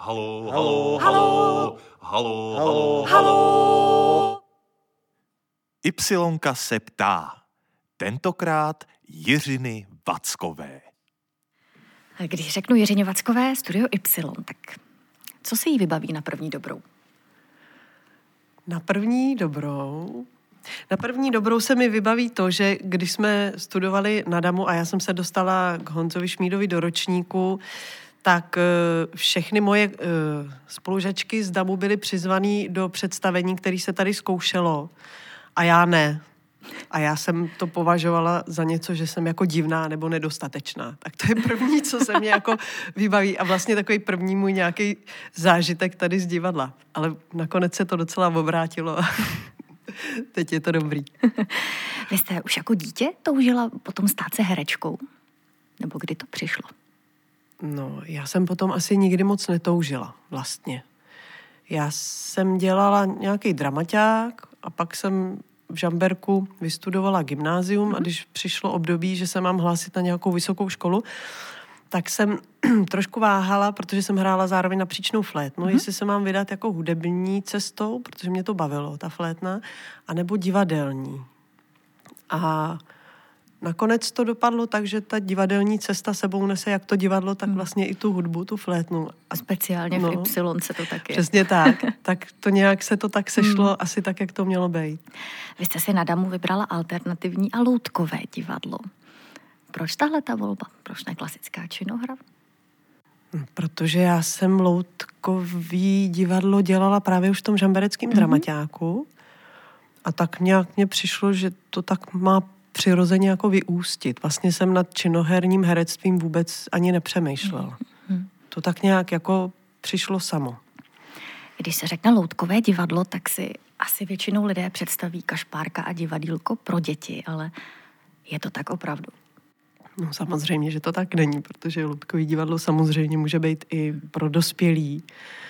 Halo, Halo, halo, halo, halo, halo. Ypsilonka se ptá. Tentokrát Jiřiny Vackové. A když řeknu Jiřině Vackové, Studio Y, tak co se jí vybaví na první dobrou? Na první dobrou se mi vybaví to, že když jsme studovali na DAMu a já jsem se dostala k Honzovi Šmídovi do ročníku, tak všechny moje spolužačky z DAMu byly přizvaný do představení, které se tady zkoušelo a já ne. A já jsem to považovala za něco, že jsem jako divná nebo nedostatečná. Tak to je první, co se mě jako vybaví. A vlastně takový první můj nějaký zážitek tady z divadla. Ale nakonec se to docela obrátilo. Teď je to dobrý. Vy jste už jako dítě toužila potom stát se herečkou? Nebo kdy to přišlo? No, já jsem potom asi nikdy moc netoužila vlastně. Já jsem dělala nějaký dramaťák a pak jsem v Žamberku vystudovala gymnázium a když přišlo období, že se mám hlásit na nějakou vysokou školu, tak jsem trošku váhala, protože jsem hrála zároveň na příčnou flétnu, jestli se mám vydat jako hudební cestou, protože mě to bavilo, ta flétna, anebo divadelní. A nakonec to dopadlo tak, že ta divadelní cesta sebou nese jak to divadlo, tak vlastně i tu hudbu, tu flétnu. A speciálně v Y se to tak je. Přesně tak. Tak to nějak se to tak sešlo, asi tak, jak to mělo být. Vy jste si na DAMu vybrala alternativní a loutkové divadlo. Proč tahle ta volba? Proč ne klasická činohra? Protože já jsem loutkový divadlo dělala právě už v tom žambereckém dramaťáku a tak nějak mně přišlo, že to tak má přirozeně jako vyústit. Vlastně jsem nad činoherním herectvím vůbec ani nepřemýšlela. To tak nějak jako přišlo samo. Když se řekne loutkové divadlo, tak si asi většinou lidé představí kašpárka a divadýlko pro děti, ale je to tak opravdu? No samozřejmě, že to tak není, protože loutkový divadlo samozřejmě může být i pro dospělí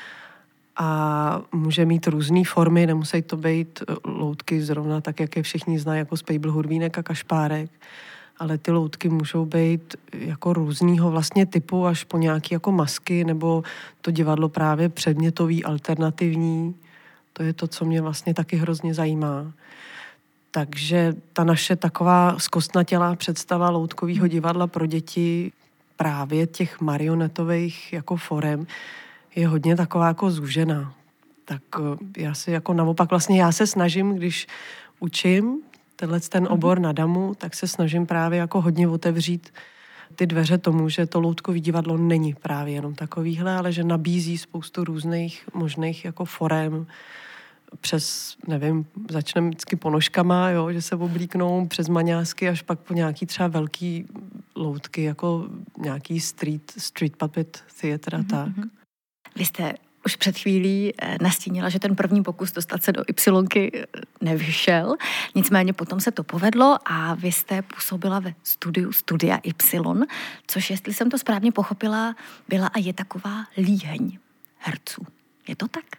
a může mít různé formy, nemusí to být loutky zrovna tak, jak je všichni znají, jako Spejbl, Hurvínek a Kašpárek, ale ty loutky můžou být jako různýho vlastně typu až po nějaký jako masky, nebo to divadlo právě předmětový, alternativní. To je to, co mě vlastně taky hrozně zajímá. Takže ta naše taková zkostnatělá představa loutkového divadla pro děti, právě těch marionetových jako forem, je hodně taková jako zúžená. Tak já si jako naopak vlastně já se snažím, když učím ten obor na DAMu, tak se snažím právě jako hodně otevřít ty dveře tomu, že to loutkový divadlo není právě jenom takovýhle, ale že nabízí spoustu různých možných jako forem, přes, nevím, začneme vždycky ponožkama, jo, že se oblíknou přes maňásky, až pak po nějaký třeba velký loutky, jako nějaký street puppet theater a tak. Vy jste už před chvílí nastínila, že ten první pokus dostat se do Y nevyšel, nicméně potom se to povedlo a vy jste působila ve studiu Studia Y, což, jestli jsem to správně pochopila, byla a je taková líheň herců. Je to tak?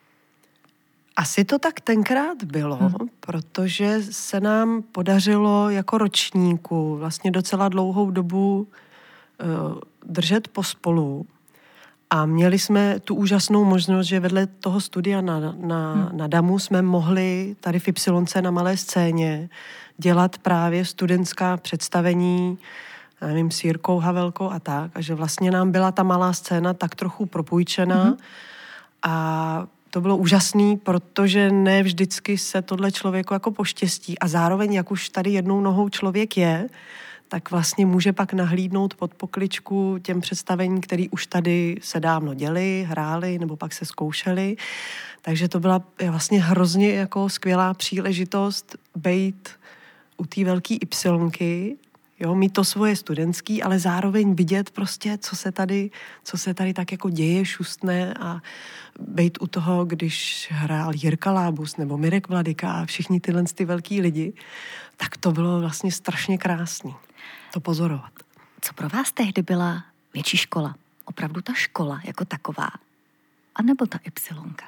Asi to tak tenkrát bylo, protože se nám podařilo jako ročníku vlastně docela dlouhou dobu držet pospolu a měli jsme tu úžasnou možnost, že vedle toho studia na DAMu jsme mohli tady v Ypsilonce na malé scéně dělat právě studentská představení, nevím, s Jirkou Havelkou a tak, a že vlastně nám byla ta malá scéna tak trochu propůjčená a to bylo úžasný, protože ne vždycky se tohle člověku jako poštěstí a zároveň, jak už tady jednou nohou člověk je, tak vlastně může pak nahlídnout pod pokličku těm představením, který už tady se dávno děli, hráli nebo pak se zkoušeli. Takže to byla vlastně hrozně jako skvělá příležitost bejt u té velké Ypsilonky, jo, mít to svoje studentský, ale zároveň vidět prostě, co se tady tak jako děje, šustne a bejt u toho, když hrál Jirka Lábus nebo Mirek Vladyka a všichni tyhle ty velký lidi, tak to bylo vlastně strašně krásný to pozorovat. Co pro vás tehdy byla větší škola? Opravdu ta škola jako taková? A nebo ta Ypsilonka?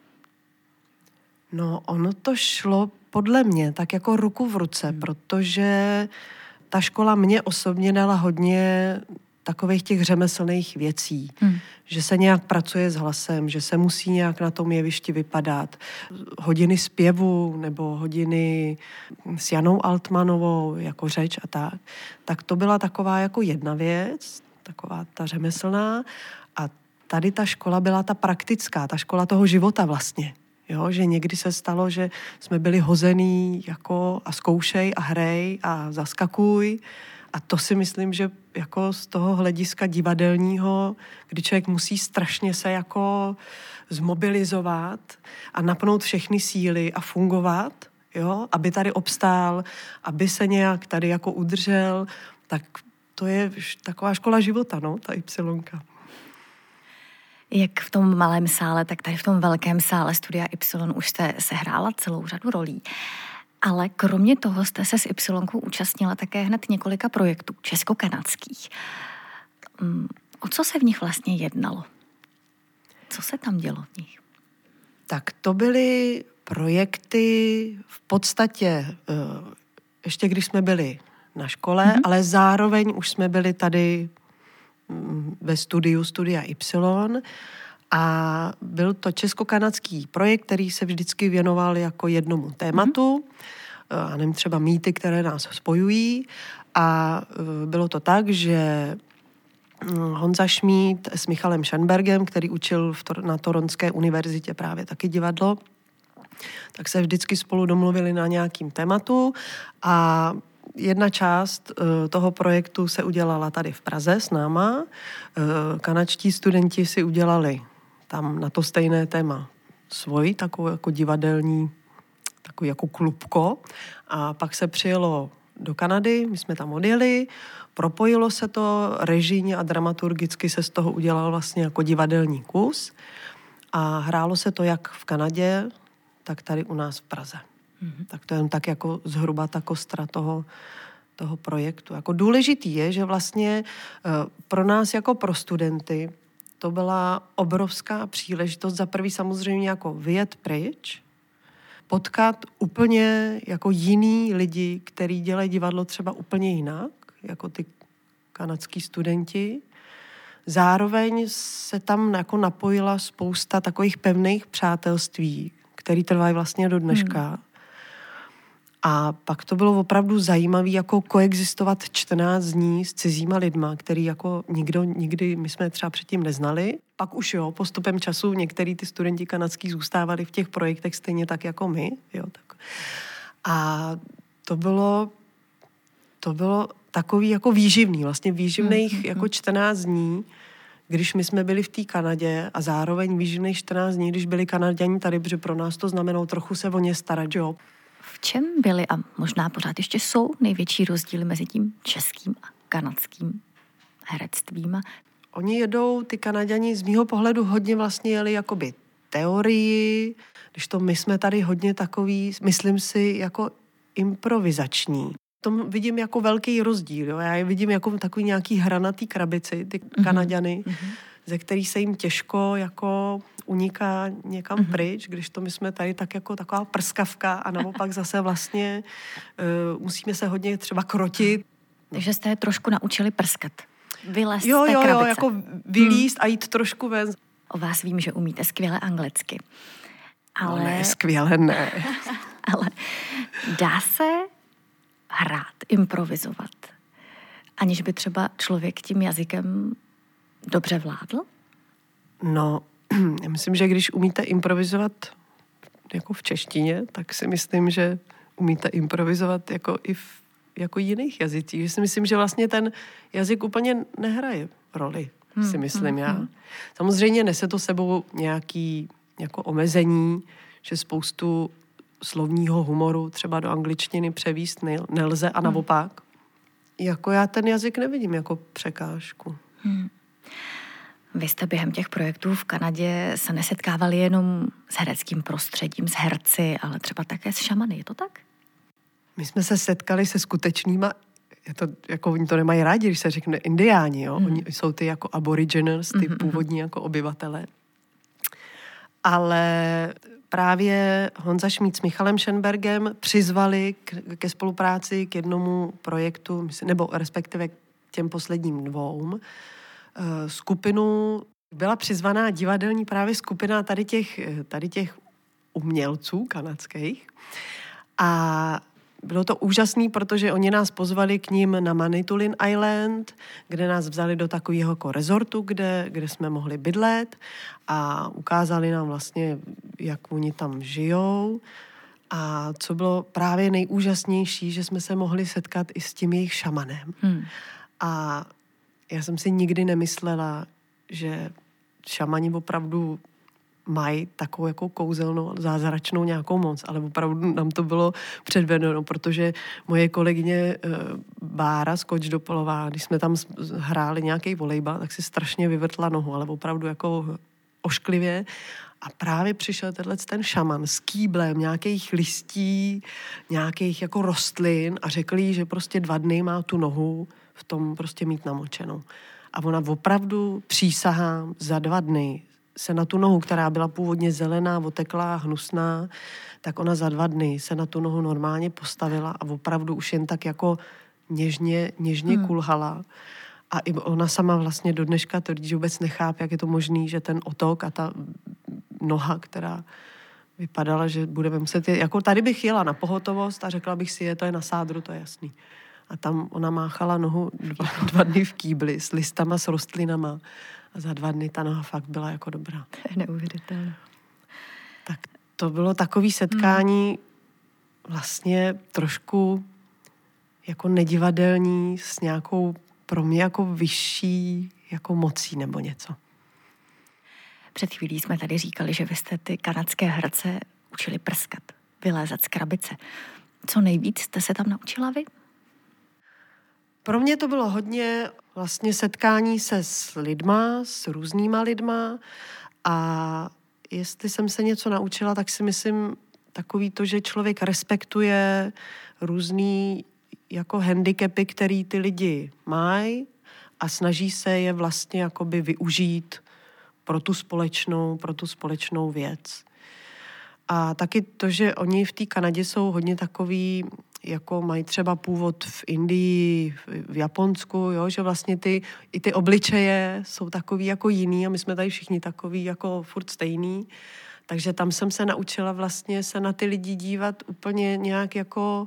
No, ono to šlo podle mě tak jako ruku v ruce, protože ta škola mě osobně dala hodně takových těch řemeslných věcí. Že se nějak pracuje s hlasem, že se musí nějak na tom jevišti vypadat. Hodiny zpěvu nebo hodiny s Janou Altmanovou jako řeč a tak. Tak to byla taková jako jedna věc, taková ta řemeslná. A tady ta škola byla ta praktická, ta škola toho života vlastně. Jo, že někdy se stalo, že jsme byli hozený jako a zkoušej a hrej a zaskakuj. A to si myslím, že jako z toho hlediska divadelního, kdy člověk musí strašně se jako zmobilizovat a napnout všechny síly a fungovat, jo, aby tady obstál, aby se nějak tady jako udržel, tak to je taková škola života, no, ta Ypsilonka. Jak v tom malém sále, tak tady v tom velkém sále Studia Y už jste sehrála celou řadu rolí. Ale kromě toho jste se s Ypsilonkou účastnila také hned několika projektů česko-kanadských. O co se v nich vlastně jednalo? Co se tam dělo v nich? Tak to byly projekty v podstatě, ještě když jsme byli na škole, ale zároveň už jsme byli tady ve studiu Studia Y a byl to česko-kanadský projekt, který se vždycky věnoval jako jednomu tématu, a nevím, třeba mýty, které nás spojují, a bylo to tak, že Honza Šmíd s Michalem Schönbergem, který učil na Toronské univerzitě právě taky divadlo, tak se vždycky spolu domluvili na nějakým tématu a jedna část toho projektu se udělala tady v Praze s náma. Kanadští studenti si udělali tam na to stejné téma svoji, takovou jako divadelní, takový jako klubko. A pak se přijelo do Kanady, my jsme tam odjeli, propojilo se to režijně a dramaturgicky se z toho udělal vlastně jako divadelní kus a hrálo se to jak v Kanadě, tak tady u nás v Praze. Tak to je jen tak jako zhruba ta kostra toho projektu. Jako důležitý je, že vlastně pro nás jako pro studenty to byla obrovská příležitost za prvý samozřejmě jako vyjet pryč, potkat úplně jako jiný lidi, kteří dělají divadlo třeba úplně jinak, jako ty kanadský studenti. Zároveň se tam jako napojila spousta takových pevných přátelství, které trvají vlastně do dneška. A pak to bylo opravdu zajímavé jako koexistovat 14 dní s cizíma lidma, který jako nikdy my jsme třeba předtím neznali. Pak už jo, postupem času některý ty studenti kanadský zůstávali v těch projektech stejně tak jako my. Jo, tak. A to bylo takový jako výživný, vlastně výživných jako 14 dní, když my jsme byli v té Kanadě a zároveň výživných 14 dní, když byli Kanaďani tady, protože pro nás to znamenalo trochu se o ně starat, jo. V čem byly a možná pořád ještě jsou největší rozdíly mezi tím českým a kanadským herectvím? Oni jedou, ty Kanaďani z mýho pohledu hodně vlastně jeli jakoby teorii, když to my jsme tady hodně takový, myslím si, jako improvizační. To vidím jako velký rozdíl. Jo? Já je vidím jako takový nějaký hranatý krabici, ty Kanaďany, ze kterých se jim těžko jako uniká někam pryč, když to my jsme tady tak jako taková prskavka a naopak zase vlastně musíme se hodně třeba krotit. Takže jste je trošku naučili prskat. Vylézt z té krabice. Jo, jako vylízt a jít trošku ven. O vás vím, že umíte skvěle anglicky. Ale... No ne, skvěle ne. Ale dá se hrát, improvizovat, aniž by třeba člověk tím jazykem dobře vládl? No, já myslím, že když umíte improvizovat jako v češtině, tak si myslím, že umíte improvizovat jako i v jako jiných jazycích. Že si myslím, že vlastně ten jazyk úplně nehraje roli, si myslím já. Samozřejmě nese to sebou nějaký jako omezení, že spoustu slovního humoru třeba do angličtiny převíst nelze a naopak. Jako já ten jazyk nevidím jako překážku. Vy jste během těch projektů v Kanadě se nesetkávali jenom s hereckým prostředím, s herci, ale třeba také s šamany, je to tak? My jsme se setkali se skutečnýma, jako oni to nemají rádi, když se řekne indiáni, jo? Oni jsou ty jako aboriginals, ty původní jako obyvatele. Ale právě Honza Šmíd s Michalem Schönbergem přizvali ke spolupráci k jednomu projektu, nebo respektive těm posledním 2. Skupinu byla přizvaná divadelní právě skupina tady těch umělců kanadských. A bylo to úžasný, protože oni nás pozvali k ním na Manitoulin Island, kde nás vzali do takového jako rezortu, kde jsme mohli bydlet a ukázali nám vlastně, jak oni tam žijou. A co bylo právě nejúžasnější, že jsme se mohli setkat i s tím jejich šamanem. A já jsem si nikdy nemyslela, že šamani opravdu mají takovou jako kouzelnou, zázračnou nějakou moc, ale opravdu nám to bylo předvedeno, protože moje kolegyně Bára Skočdopolová, když jsme tam hráli nějaký volejbal, tak si strašně vyvrtla nohu, ale opravdu jako ošklivě. A právě přišel ten šaman s kýblem nějakých listí, nějakých jako rostlin a řekl jí, že prostě 2 dny má tu nohu v tom prostě mít namočenou. A ona opravdu, přísahám, za 2 dny se na tu nohu, která byla původně zelená, oteklá, hnusná, tak ona za 2 dny se na tu nohu normálně postavila a opravdu už jen tak jako něžně kulhala. A i ona sama vlastně do dneška tvrdí, že vůbec nechápe, jak je to možný, že ten otok a ta noha, která vypadala, že budeme muset jako tady bych jela na pohotovost a řekla bych si, to je na sádru, to je jasný. A tam ona máchala nohu 2 dny v kýbli s listama, s rostlinama. A za 2 dny ta noha fakt byla jako dobrá. To je neuvěřitelné. Tak to bylo takové setkání vlastně trošku jako nedivadelní s nějakou pro mě jako vyšší jako mocí nebo něco. Před chvílí jsme tady říkali, že vy jste ty kanadské herce učili prskat, vylézat z krabice. Co nejvíc jste se tam naučila vy? Pro mě to bylo hodně vlastně setkání se s lidma, s různýma lidma a jestli jsem se něco naučila, tak si myslím takový to, že člověk respektuje různý jako handicapy, který ty lidi mají a snaží se je vlastně jakoby využít pro tu společnou věc. A taky to, že oni v té Kanadě jsou hodně takový, jako mají třeba původ v Indii, v Japonsku, jo, že vlastně i ty obličeje jsou takový jako jiný a my jsme tady všichni takový jako furt stejný. Takže tam jsem se naučila vlastně se na ty lidi dívat úplně nějak jako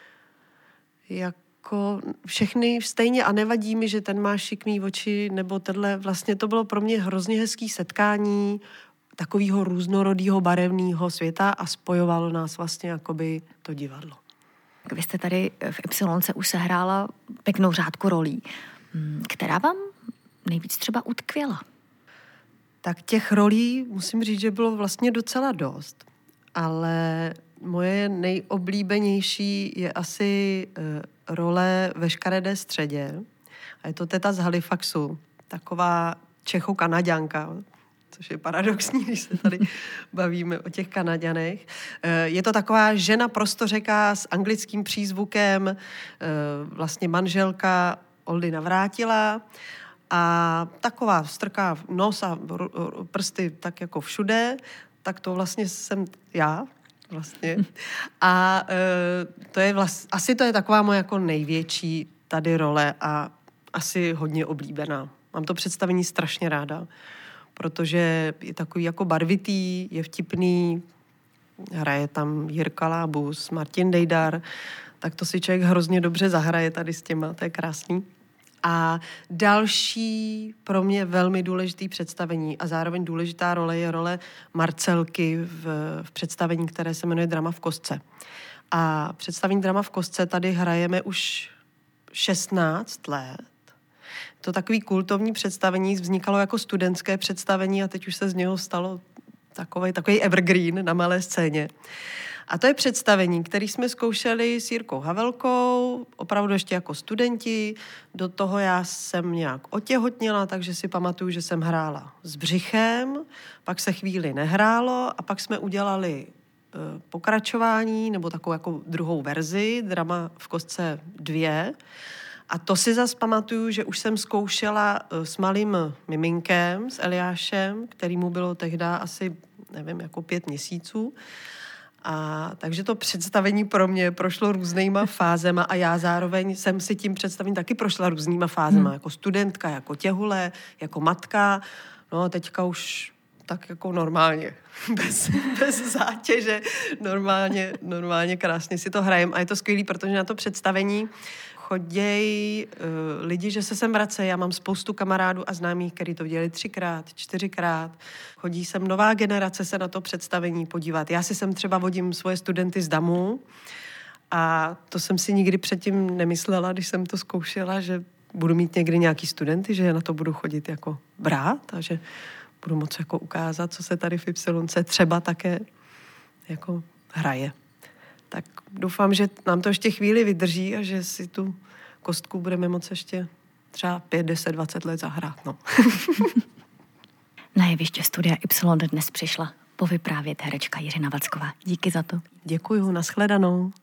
všechny stejně a nevadí mi, že ten má šikmý oči nebo tenhle. Vlastně to bylo pro mě hrozně hezký setkání takového různorodého barevného světa a spojovalo nás vlastně jakoby to divadlo. Vy jste tady v Ypsilonce už sehrála pěknou řádku rolí. Která vám nejvíc třeba utkvěla? Tak těch rolí musím říct, že bylo vlastně docela dost, ale moje nejoblíbenější je asi role ve Škaredé středě. A je to teta z Halifaxu, taková Čecho-Kanaďanka, což je paradoxní, když se tady bavíme o těch Kanaďanech. Je to taková žena prostořeka s anglickým přízvukem, vlastně manželka Oldy Navrátila a taková strká nos a prsty tak jako všude, tak to vlastně jsem já vlastně. A to je asi to je taková moje jako největší tady role a asi hodně oblíbená. Mám to představení strašně ráda, protože je takový jako barvitý, je vtipný, hraje tam Jirka Lábus, Martin Dejdar, tak to si člověk hrozně dobře zahraje tady s těma, to je krásný. A další pro mě velmi důležitý představení a zároveň důležitá role je role Marcelky v představení, které se jmenuje Drama v kostce. A představení Drama v kostce tady hrajeme už 16 let. To takový kultovní představení vznikalo jako studentské představení a teď už se z něho stalo takový evergreen na malé scéně. A to je představení, které jsme zkoušeli s Jirkou Havelkou, opravdu ještě jako studenti. Do toho já jsem nějak otěhotněla, takže si pamatuju, že jsem hrála s břichem, pak se chvíli nehrálo a pak jsme udělali pokračování nebo takovou jako druhou verzi, Drama v kostce 2. A to si zas pamatuju, že už jsem zkoušela s malým miminkem, s Eliášem, který mu bylo tehdy asi, nevím, jako 5 měsíců. A takže to představení pro mě prošlo různýma fázema a já zároveň jsem si tím představením taky prošla různýma fázema, jako studentka, jako těhule, jako matka. No a teďka už tak jako normálně, bez zátěže, normálně krásně si to hrajem a je to skvělý, protože na to představení choděj lidi, že se sem vracejí. Já mám spoustu kamarádů a známých, kteří to dělali 3x, 4x. Chodí sem nová generace se na to představení podívat. Já si sem třeba vodím svoje studenty z DAMu a to jsem si nikdy předtím nemyslela, když jsem to zkoušela, že budu mít někdy nějaký studenty, že na to budu chodit jako brát a že budu moct jako ukázat, co se tady v Ypsilonce třeba také jako hraje. Tak doufám, že nám to ještě chvíli vydrží a že si tu kostku budeme moct ještě třeba 5, 10, 20 let zahrát. No. Na jeviště Studia Y dnes přišla povyprávět herečka Jiřina Vacková. Díky za to. Děkuju, nashledanou.